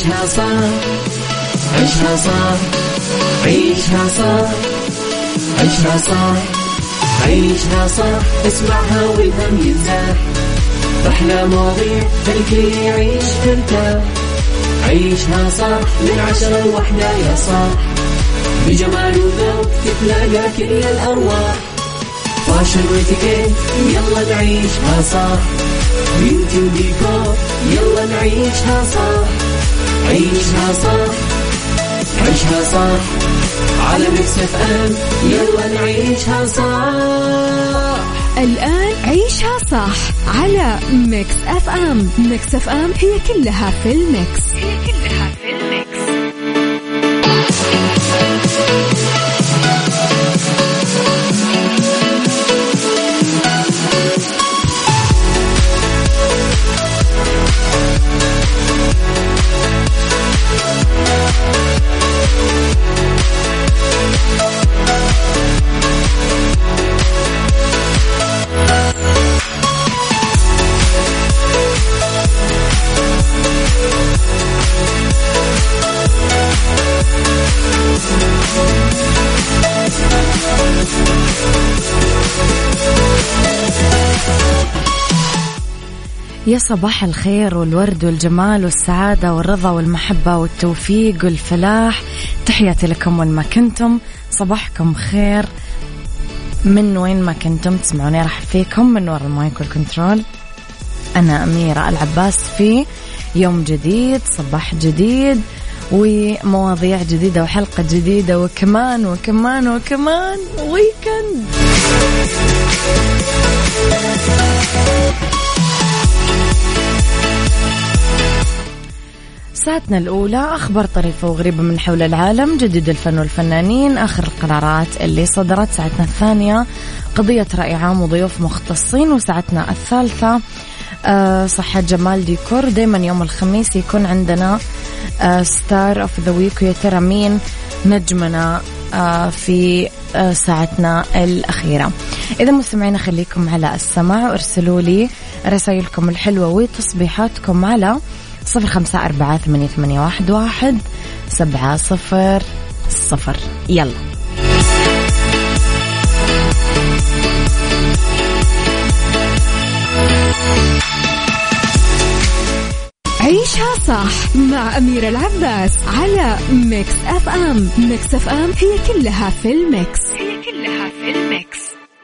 عيشها صح، عيشها صح، عيشها صح، عيشها صح، عيشها صح، اسمعها والهم ينزاح، أحلى مواضيع خلي يعيش ترتاح، عيشها صح من 10 ل1 يا صاح، بجمال وذوق تتلاقى كل الأرواح، فاشل واتيكيت يلا نعيشها صح، بيوتي وديكور يلا نعيشها صح، عيشها صح، عيشها صح، على ميكس اف ام يلا نعيشها صح. الآن عيشها صح على ميكس اف ام. ميكس اف ام هي كلها في الميكس، هي كلها في الميكس. يا صباح الخير والورد والجمال والسعادة والرضا والمحبة والتوفيق والفلاح، تحياتي لكم وين ما كنتم، صباحكم خير من وين ما كنتم تسمعوني. راح فيكم من وراء المايك والكنترول أنا أميرة العباس، في يوم جديد، صباح جديد، ومواضيع جديدة وحلقة جديدة وكمان وكمان وكمان ويكند. ساعتنا الأولى أخبار طريفة وغريبة من حول العالم، جديد الفن والفنانين، آخر القرارات اللي صدرت. ساعتنا الثانية قضية رأي عام وضيوف مختصين. وساعتنا الثالثة صحة جمال ديكور. دايما يوم الخميس يكون عندنا ستار اوف ذا ويك، ويا ترى مين نجمنا في ساعتنا الأخيرة. إذا مستمعين خليكم على السماع وارسلوا لي رسائلكم الحلوة وتصبيحاتكم على 0548811700. يلا عيشها صح مع أميرة العباس على ميكس اف ام. ميكس اف ام هي كلها في الميكس، هي كلها في الميكس.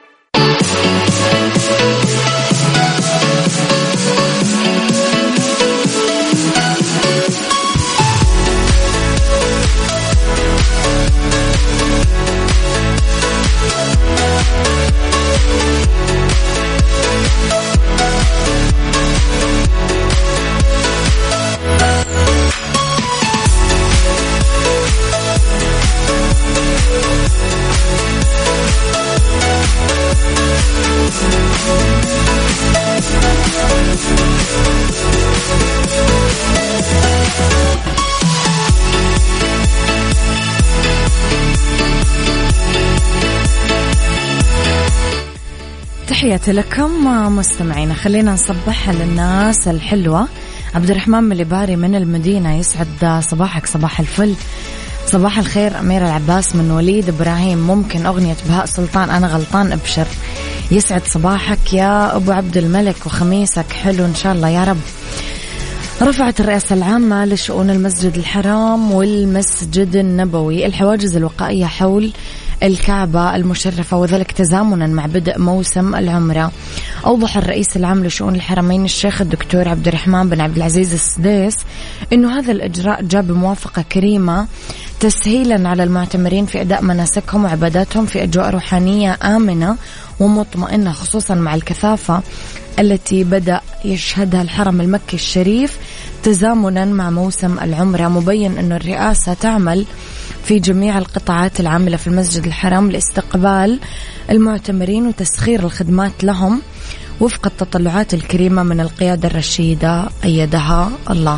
تحياتي لكم مستمعين. خلينا نصبح للناس الحلوة. عبد الرحمن مليباري من المدينة، يسعد صباحك، صباح الفل، صباح الخير. أميرة العباس من وليد إبراهيم، ممكن أغنية بهاء سلطان أنا غلطان أبشر. يسعد صباحك يا أبو عبد الملك، وخميسك حلو إن شاء الله يا رب. رفعت الرئاسة العامة لشؤون المسجد الحرام والمسجد النبوي الحواجز الوقائية حول الكعبة المشرفة، وذلك تزامنا مع بدء موسم العمرة. أوضح الرئيس العام لشؤون الحرمين الشيخ الدكتور عبد الرحمن بن عبد العزيز السديس أنه هذا الإجراء جاء بموافقة كريمة تسهيلا على المعتمرين في أداء مناسكهم وعباداتهم في أجواء روحانية آمنة ومطمئنة، خصوصا مع الكثافة التي بدأ يشهدها الحرم المكي الشريف تزامنا مع موسم العمرة. مبين أن الرئاسة تعمل في جميع القطاعات العاملة في المسجد الحرام لاستقبال المعتمرين وتسخير الخدمات لهم وفق التطلعات الكريمة من القيادة الرشيدة أيدها الله.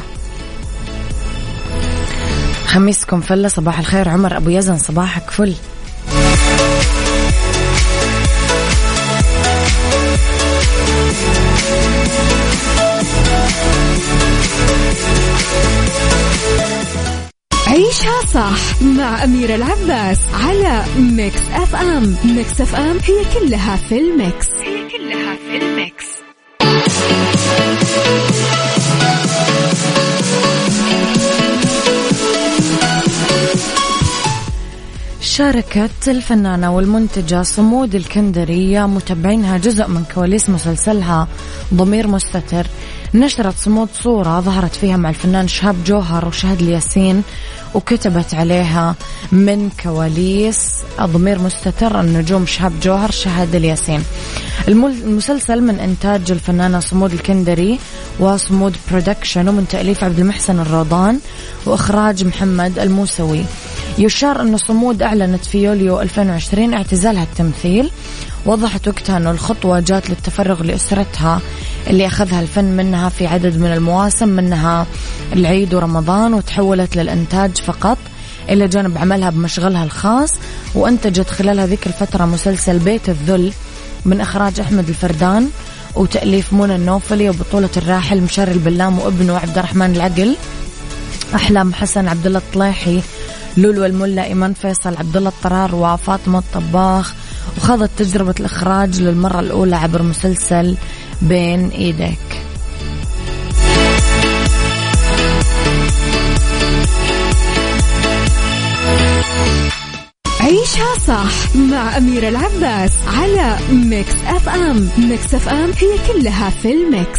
خميسكم فل، صباح الخير. عمر أبو يزن صباحك فل. عيشها صح مع أميرة العباس على ميكس أف أم. ميكس أف أم هي كلها في الميكس. شاركت الفنانة والمنتجة صمود الكندرية متابعينها جزء من كواليس مسلسلها ضمير مستتر. نشرت صمود صورة ظهرت فيها مع الفنان شهاب جوهر وشهد الياسين وكتبت عليها من كواليس ضمير مستتر النجوم شهاب جوهر شهد الياسين. المسلسل من إنتاج الفنانة صمود الكندري وصمود برودكشن ومن تأليف عبد المحسن الرضان وإخراج محمد الموسوي. يشار أن صمود أعلنت في يوليو 2020 اعتزالها التمثيل. وضحت وقتها أن الخطوة جات للتفرغ لأسرتها اللي أخذها الفن منها في عدد من المواسم منها العيد ورمضان، وتحولت للإنتاج فقط إلى جانب عملها بمشغلها الخاص. وأنتجت خلال هذيك الفترة مسلسل بيت الذل من إخراج أحمد الفردان وتأليف منى النوفلي وبطولة الراحل مشاري البلام وابنه عبد الرحمن العقل، أحلام حسن، عبد الله الطليحي، لولو الملا، إيمان فيصل، عبد الله الطرار وفاطمة الطباخ. وخاضت تجربة الإخراج للمرة الأولى عبر مسلسل بين إيديك. عيشها صح مع أميرة العباس على ميكس أف أم. ميكس أف أم هي كلها في الميكس.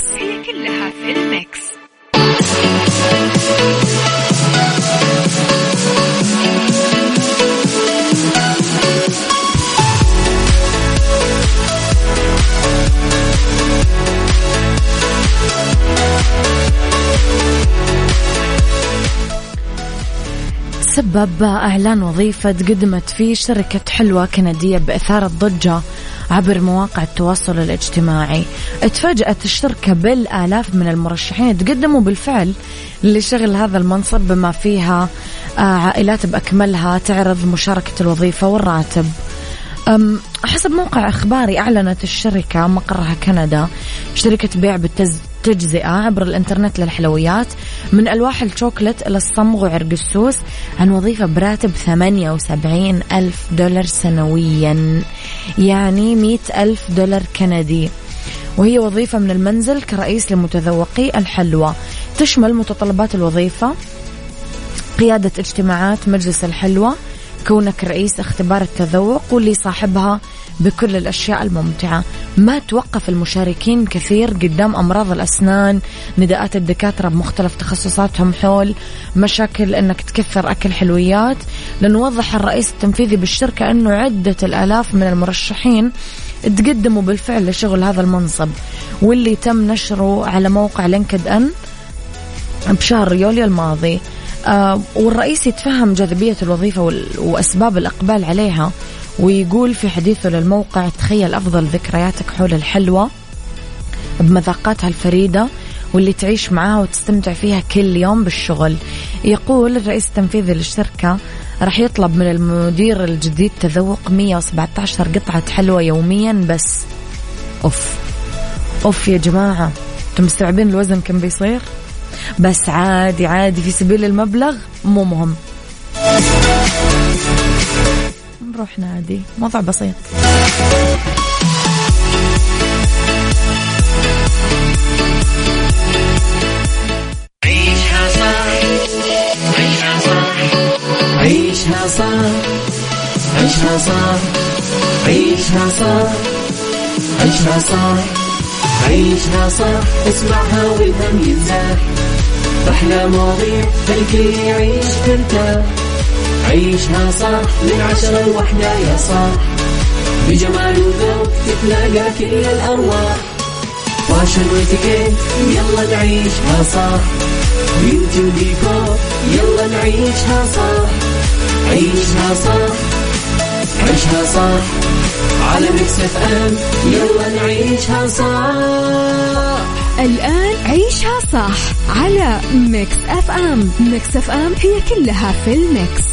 سبب إعلان وظيفة قدمت فيه شركة حلوة كندية بإثارة ضجة عبر مواقع التواصل الاجتماعي. اتفاجأت الشركة بالآلاف من المرشحين تقدموا بالفعل لشغل هذا المنصب بما فيها عائلات بأكملها تعرض مشاركة الوظيفة والراتب. حسب موقع إخباري أعلنت الشركة مقرها كندا شركة بيع بالتجزئة عبر الإنترنت للحلويات من ألواح الشوكولات إلى الصمغ وعرق السوس عن وظيفة براتب $78,000 سنويا، يعني $100,000 كندي. وهي وظيفة من المنزل كرئيس لمتذوقي الحلوى. تشمل متطلبات الوظيفة قيادة اجتماعات مجلس الحلوى، كونك رئيس اختبار التذوق واللي صاحبها بكل الأشياء الممتعة. ما توقف المشاركين كثير قدام أمراض الأسنان، نداءات الدكاترة بمختلف تخصصاتهم حول مشاكل أنك تكثر أكل حلويات. لنوضح الرئيس التنفيذي بالشركة أنه عدة الآلاف من المرشحين تقدموا بالفعل لشغل هذا المنصب، واللي تم نشره على موقع لينكد إن بشهر يوليو الماضي. والرئيس يتفهم جاذبية الوظيفة وأسباب الإقبال عليها، ويقول في حديثه للموقع: تخيل أفضل ذكرياتك حول الحلوى بمذاقاتها الفريدة واللي تعيش معاها وتستمتع فيها كل يوم بالشغل. يقول الرئيس التنفيذي للشركة رح يطلب من المدير الجديد تذوق 117 قطعة حلوى يوميا بس. أوف يا جماعة، أنتم مستوعبين الوزن كم بيصير؟ بس عادي في سبيل المبلغ مو مهم، نروح نادي، موضوع بسيط. عيشها صح، عيشها صح، عيشها صح، عيشها صح، عيشها صح، عيشها صح، عيشها صح، اسمعها والهم ينزاح، أحلى مواضيع الكل يعيش ترتاح. عيشها صح من 10 ل1 يا صاح، بجمال وذوق تتلاقى كل الأرواح. فاشل واتيكيت يلا نعيشها صح، بيوتي وديكور يلا نعيشها صح. عيشها صح، عيشها صح، على ميكس اف ام يلا نعيشها صح. الآن عيشها صح على ميكس أف أم. ميكس أف أم هي كلها في الميكس.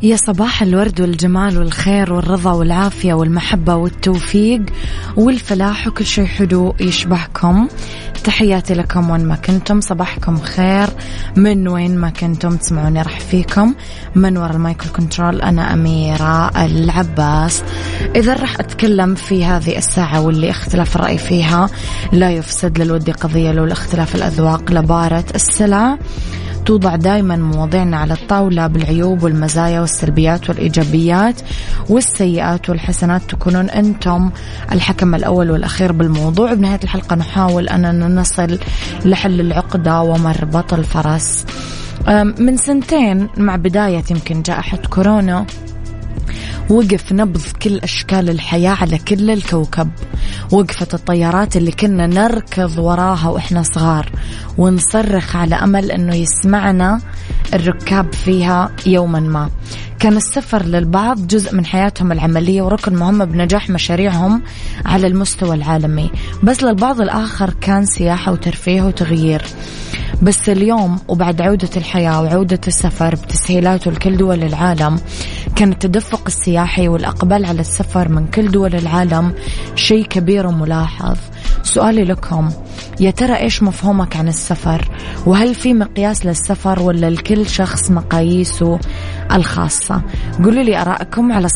يا صباح الورد والجمال والخير والرضا والعافية والمحبة والتوفيق والفلاح وكل شيء حلو يشبهكم. تحياتي لكم وين ما كنتم، صباحكم خير من وين ما كنتم تسمعوني. راح فيكم من وراء المايكرو كنترول أنا أميرة العباس. إذا راح أتكلم في هذه الساعة واللي اختلاف الرأي فيها لا يفسد للود قضية، لو الاختلاف الأذواق لبارة السلع. توضع دائما مواضيعنا على الطاولة بالعيوب والمزايا والسلبيات والإيجابيات والسيئات والحسنات، تكونون أنتم الحكم الأول والأخير بالموضوع. بنهاية الحلقة نحاول أننا نصل لحل العقدة ومربط الفرس. من 2 مع بداية يمكن جائحة كورونا وقف نبض كل أشكال الحياة على كل الكوكب. وقفت الطيارات اللي كنا نركض وراها وإحنا صغار ونصرخ على أمل أنه يسمعنا الركاب فيها يوما ما. كان السفر للبعض جزء من حياتهم العملية وركن مهم بنجاح مشاريعهم على المستوى العالمي، بس للبعض الآخر كان سياحة وترفيه وتغيير. بس اليوم وبعد عودة الحياة وعودة السفر بتسهيلاته لكل دول العالم، كان التدفق السياحي والأقبال على السفر من كل دول العالم شيء كبير وملاحظ. سؤالي لكم، يا ترى إيش مفهومك عن السفر؟ وهل في مقياس للسفر ولا لكل شخص مقاييسه الخاصة؟ قولوا لي آراءكم على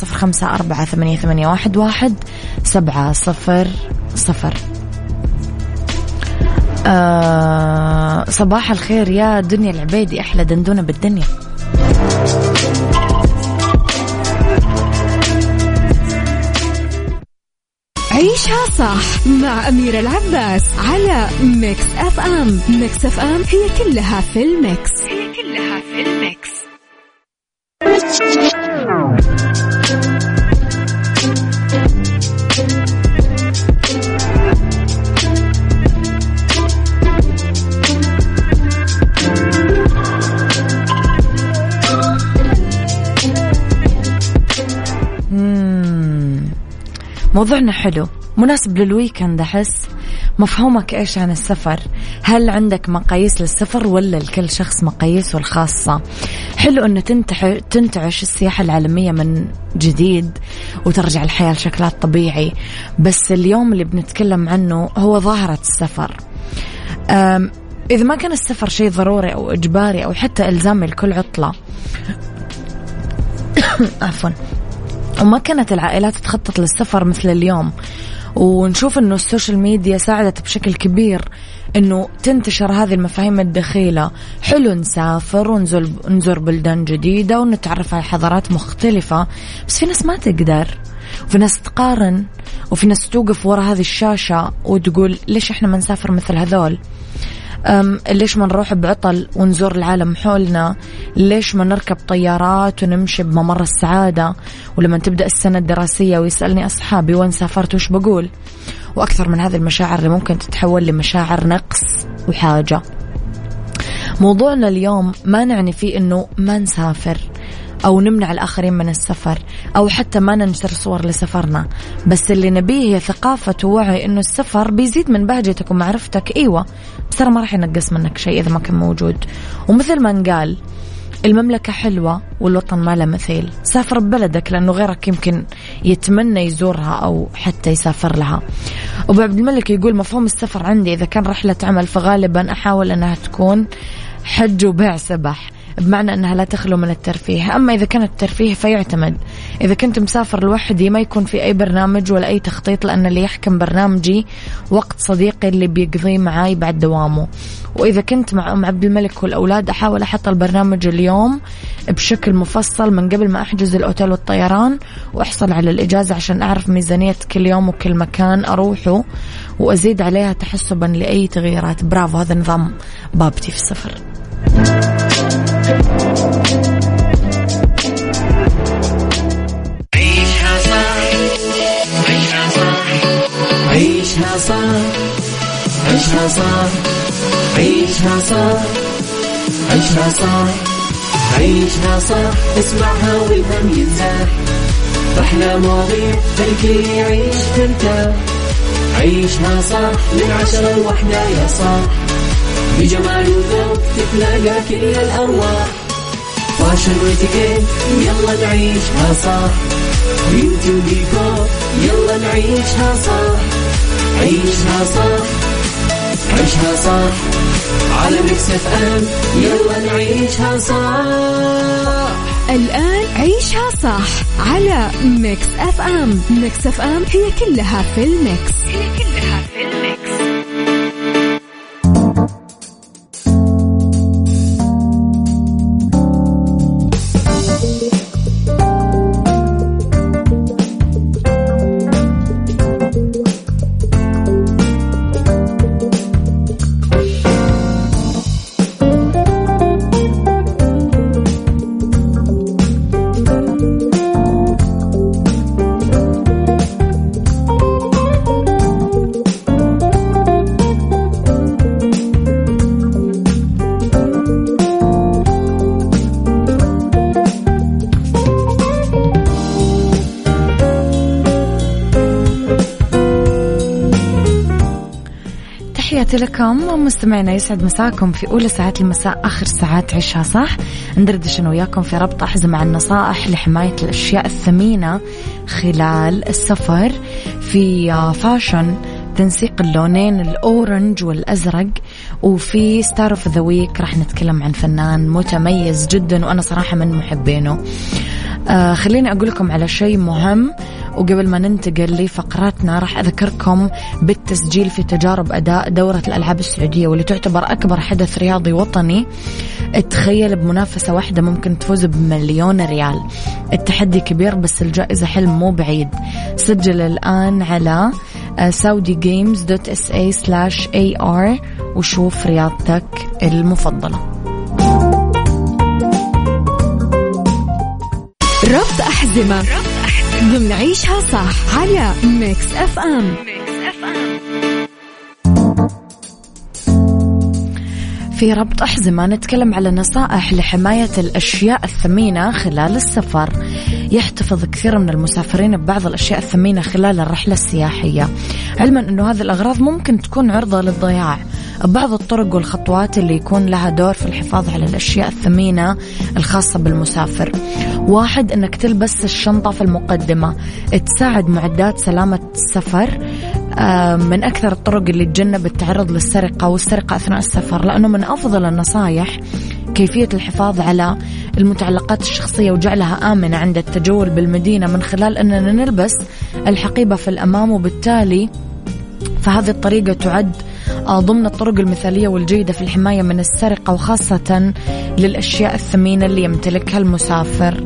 0548811700. صباح الخير يا دنيا العبيدي، أحلى دندونة بالدنيا. عيشها صح مع أميرة العباس على ميكس أف أم. ميكس أف أم هي كلها في الميكس. موضوعنا حلو مناسب للويكند. أحس مفهومك إيش عن السفر؟ هل عندك مقاييس للسفر ولا لكل شخص مقاييسه الخاصة؟ حلو أن تنتعش السياحة العالمية من جديد وترجع الحياة لشكلها الطبيعي، بس اليوم اللي بنتكلم عنه هو ظاهرة السفر. إذا ما كان السفر شيء ضروري أو إجباري أو حتى إلزامي لكل عطلة عفوا، وما كانت العائلات تخطط للسفر مثل اليوم، ونشوف أنه السوشيال ميديا ساعدت بشكل كبير أنه تنتشر هذه المفاهيم الدخيلة. حلو نسافر ونزور بلدان جديدة ونتعرف على حضارات مختلفة، بس في ناس ما تقدر، وفي ناس تقارن، وفي ناس توقف وراء هذه الشاشة وتقول ليش إحنا ما نسافر مثل هذول؟ ليش ما نروح بعطل ونزور العالم حولنا؟ ليش ما نركب طيارات ونمشي بممر السعادة؟ ولما تبدأ السنة الدراسية ويسألني أصحابي وين سافرت وش بقول؟ وأكثر من هذه المشاعر اللي ممكن تتحول لمشاعر نقص وحاجة. موضوعنا اليوم ما نعني فيه إنه ما نسافر أو نمنع الآخرين من السفر أو حتى ما ننشر صور لسفرنا، بس اللي نبيه هي ثقافة ووعي إنه السفر بيزيد من بهجتك ومعرفتك. أيوة، بس ترى ما راح ينقص منك شيء إذا ما كان موجود. ومثل ما نقال المملكة حلوة والوطن ما له مثيل. سافر ببلدك لأنه غيرك يمكن يتمنى يزورها أو حتى يسافر لها. أبو عبد الملك يقول مفهوم السفر عندي إذا كان رحلة عمل فغالبا أحاول أنها تكون حج وبيع سبح، بمعنى أنها لا تخلو من الترفيه. أما إذا كانت الترفيه فيعتمد إذا كنت مسافر لوحدي ما يكون في أي برنامج ولا أي تخطيط، لأن اللي يحكم برنامجي وقت صديقي اللي بيقضيه معاي بعد دوامه. وإذا كنت مع أم عبد الملك والأولاد أحاول أحط البرنامج اليوم بشكل مفصل من قبل ما أحجز الأوتيل والطيران وأحصل على الإجازة عشان أعرف ميزانية كل يوم وكل مكان أروحه وأزيد عليها تحسبا لأي تغييرات. برافو، هذا نظام بابتي في السفر. عيشها صح، عيشها صح، عيشها صح، عيشها صح، عيشها صح، عيشها صح، عيشها صح، اسمعها والهم ينزاح، أحلى مواضيع الكل يعيش ترتاح. عيشها صح من 10 ل1 يا صاح، بجمال وذوق تتلاقى كل الأرواح، فاشن واتيكيت يلا نعيشها صح، بيوتي وديكور يلا نعيشها صح، عيشها صح عيشها صح على ميكس اف ام يلا نعيشها صح. الآن عيشها صح على ميكس اف ام. ميكس اف ام هي كلها في الميكس، هي كلها في الميكس. لكم مستمعينا، يسعد مساكم في أولى ساعات المساء، آخر ساعات عيشها صح. ندردش أنا وياكم في ربط أحزمة عن نصائح لحماية الأشياء الثمينة خلال السفر. في فاشن تنسيق اللونين الأورنج والأزرق، وفي ستار اوف ذا ويك راح نتكلم عن فنان متميز جدا وأنا صراحة من محبينه. خليني أقول لكم على شيء مهم، وقبل ما ننتقل لفقراتنا راح أذكركم بالتسجيل في تجارب أداء دورة الألعاب السعودية، واللي تعتبر أكبر حدث رياضي وطني. تخيل بمنافسة واحدة ممكن تفوز ب1,000,000 ريال. التحدي كبير بس الجائزة حلم مو بعيد. سجل الآن على saudigames.sa/ar وشوف رياضتك المفضلة. ربط أحزمة ضمن عيشها صح على ميكس اف ام. في ربط أحزمة نتكلم على نصائح لحماية الأشياء الثمينة خلال السفر. يحتفظ كثير من المسافرين ببعض الأشياء الثمينة خلال الرحلة السياحية، علما أنه هذه الأغراض ممكن تكون عرضة للضياع. بعض الطرق والخطوات اللي يكون لها دور في الحفاظ على الأشياء الثمينة الخاصة بالمسافر. 1. أنك تلبس الشنطة في المقدمة، تساعد معدات سلامة السفر. من أكثر الطرق اللي تجنب التعرض للسرقة والسرقة أثناء السفر، لأنه من أفضل النصائح كيفية الحفاظ على المتعلقات الشخصية وجعلها آمنة عند التجول بالمدينة من خلال أننا نلبس الحقيبة في الأمام، وبالتالي فهذه الطريقة تعد ضمن الطرق المثالية والجيدة في الحماية من السرقة، وخاصة للأشياء الثمينة اللي يمتلكها المسافر.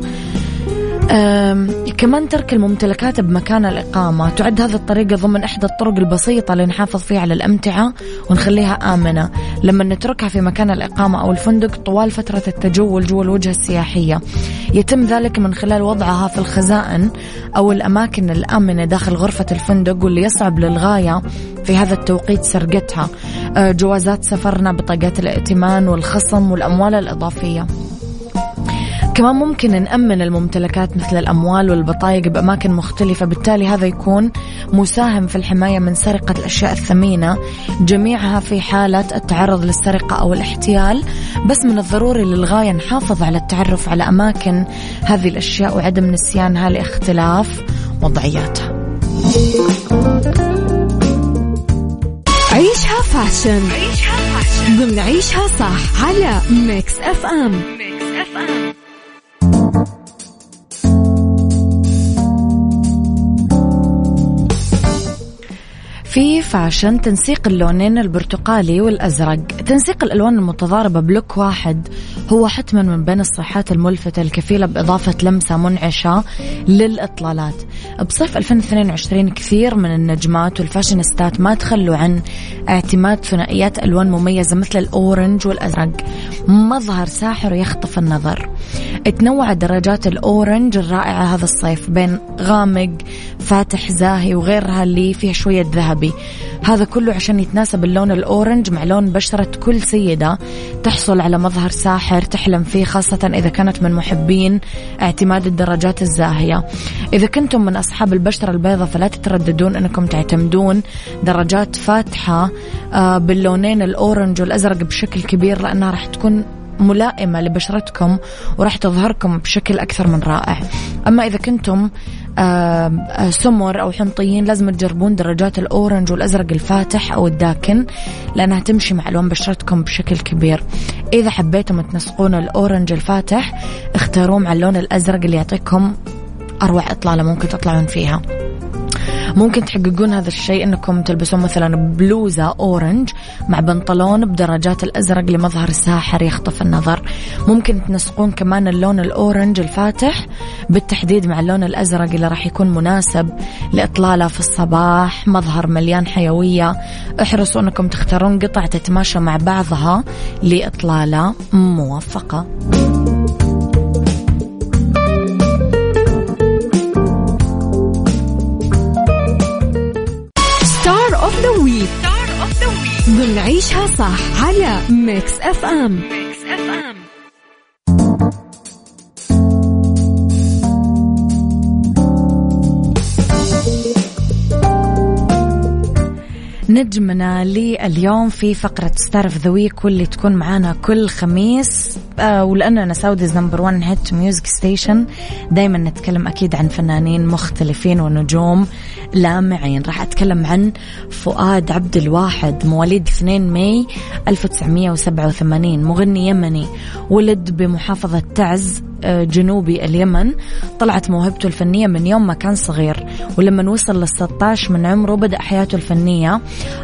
كمان ترك الممتلكات بمكان الإقامة، تعد هذه الطريقة ضمن إحدى الطرق البسيطة لنحافظ فيها على الأمتعة ونخليها آمنة لما نتركها في مكان الإقامة أو الفندق طوال فترة التجول جوا الوجهة السياحية. يتم ذلك من خلال وضعها في الخزائن أو الأماكن الآمنة داخل غرفة الفندق، واللي يصعب للغاية في هذا التوقيت سرقتها. جوازات سفرنا، بطاقات الائتمان والخصم والأموال الإضافية. كمان ممكن نأمن الممتلكات مثل الأموال والبطايق بأماكن مختلفة، بالتالي هذا يكون مساهم في الحماية من سرقة الأشياء الثمينة، جميعها في حالة التعرض للسرقة أو الاحتيال. بس من الضروري للغاية نحافظ على التعرف على أماكن هذه الأشياء وعدم نسيانها لاختلاف وضعياتها. عيشها فاشن ضمن عيشها صح على ميكس اف ام. في فاشن تنسيق اللونين البرتقالي والأزرق. تنسيق الألوان المتضاربة بلوك واحد هو حتما من بين الصيحات الملفتة الكفيلة بإضافة لمسة منعشة للإطلالات. بصيف 2022 كثير من النجمات والفاشينيستات ما تخلوا عن اعتماد ثنائيات ألوان مميزة مثل الأورنج والأزرق، مظهر ساحر يخطف النظر. تنوع درجات الأورنج الرائعة هذا الصيف بين غامق، فاتح، زاهي وغيرها اللي فيها شوية ذهبي. هذا كله عشان يتناسب اللون الأورنج مع لون بشرة كل سيدة تحصل على مظهر ساحر تحلم فيه، خاصة إذا كانت من محبين اعتماد الدرجات الزاهية. إذا كنتم من أصحاب البشرة البيضاء فلا تترددون أنكم تعتمدون درجات فاتحة باللونين الأورنج والأزرق بشكل كبير، لأنها راح تكون ملائمة لبشرتكم وراح تظهركم بشكل أكثر من رائع. أما إذا كنتم سمر أو حمضيين لازم تجربون درجات الأورنج والأزرق الفاتح أو الداكن لأنها تمشي مع ألوان بشرتكم بشكل كبير. إذا حبيتم تنسقون الأورنج الفاتح اختاروه مع اللون الأزرق اللي يعطيكم أروع إطلالة ممكن تطلعون فيها. ممكن تحققون هذا الشيء انكم تلبسون مثلا بلوزة اورنج مع بنطلون بدرجات الازرق لمظهر ساحر يخطف النظر. ممكن تنسقون كمان اللون الاورنج الفاتح بالتحديد مع اللون الازرق اللي راح يكون مناسب لاطلالة في الصباح، مظهر مليان حيوية. احرصوا انكم تختارون قطع تتماشى مع بعضها لاطلالة موفقة. ضمن عيشها صح على ميكس اف ام. نجمنا لليوم في فقرة ستارف ذا ويك واللي تكون معانا كل خميس، ولأننا سعوديز نمبر 1 هيت ميوزك ستيشن دايما نتكلم أكيد عن فنانين مختلفين ونجوم لامعين. راح أتكلم عن فؤاد عبد الواحد، مواليد 2 ماي 1987، مغني يمني ولد بمحافظة تعز جنوبي اليمن. طلعت موهبته الفنية من يوم ما كان صغير، ولما وصل ل16 من عمره بدأ حياته الفنية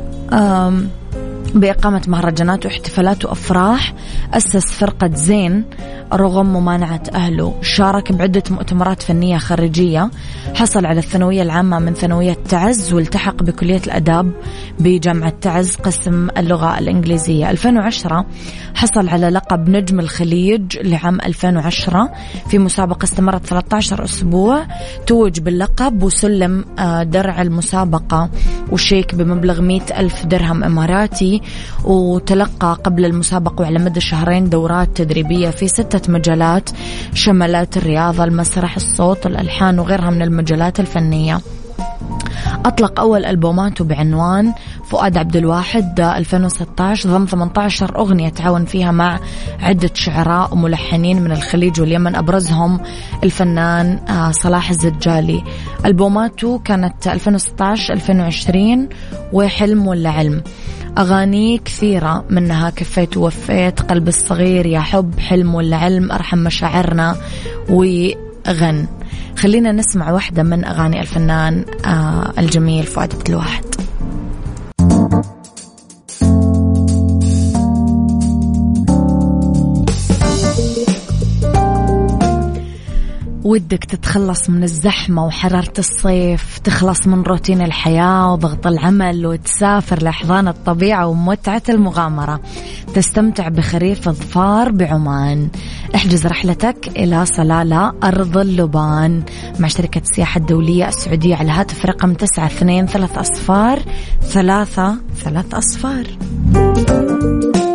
بإقامة مهرجانات واحتفالات وأفراح. أسس فرقة زين رغم ممانعة أهله. شارك بعدة مؤتمرات فنية خارجية. حصل على الثانوية العامة من ثانوية تعز، والتحق بكلية الأداب بجامعة تعز قسم اللغة الإنجليزية. 2010 حصل على لقب نجم الخليج لعام 2010 في مسابقة استمرت 13 أسبوع. توج باللقب وسلم درع المسابقة وشيك بمبلغ 100,000 درهم إماراتي. وتلقى قبل المسابقة وعلى مدى شهرين دورات تدريبية في 6 مجالات شملت الرياضة، المسرح، الصوت، الألحان وغيرها من المجالات الفنية. أطلق أول ألبوماته بعنوان فؤاد عبد الواحد 2016، ضم 18 أغنية تعاون فيها مع عدة شعراء وملحنين من الخليج واليمن، أبرزهم الفنان صلاح الزجالي. ألبوماته كانت 2016 2020 وحلم ولا علم. أغاني كثيرة منها كفيت ووفيت، قلب الصغير، يا حب، حلم ولا علم، أرحم مشاعرنا وغن. خلينا نسمع واحدة من أغاني الفنان الجميل فؤاد عبد الواحد. ودك تتخلص من الزحمة وحرارة الصيف، تخلص من روتين الحياة وضغط العمل، وتسافر لأحضان الطبيعة ومتعة المغامرة، تستمتع بخريف الظفار بعمان. احجز رحلتك إلى صلالة أرض اللبان مع شركة السياحة الدولية السعودية على هاتف رقم 92 3 أصفار 3 3 أصفار.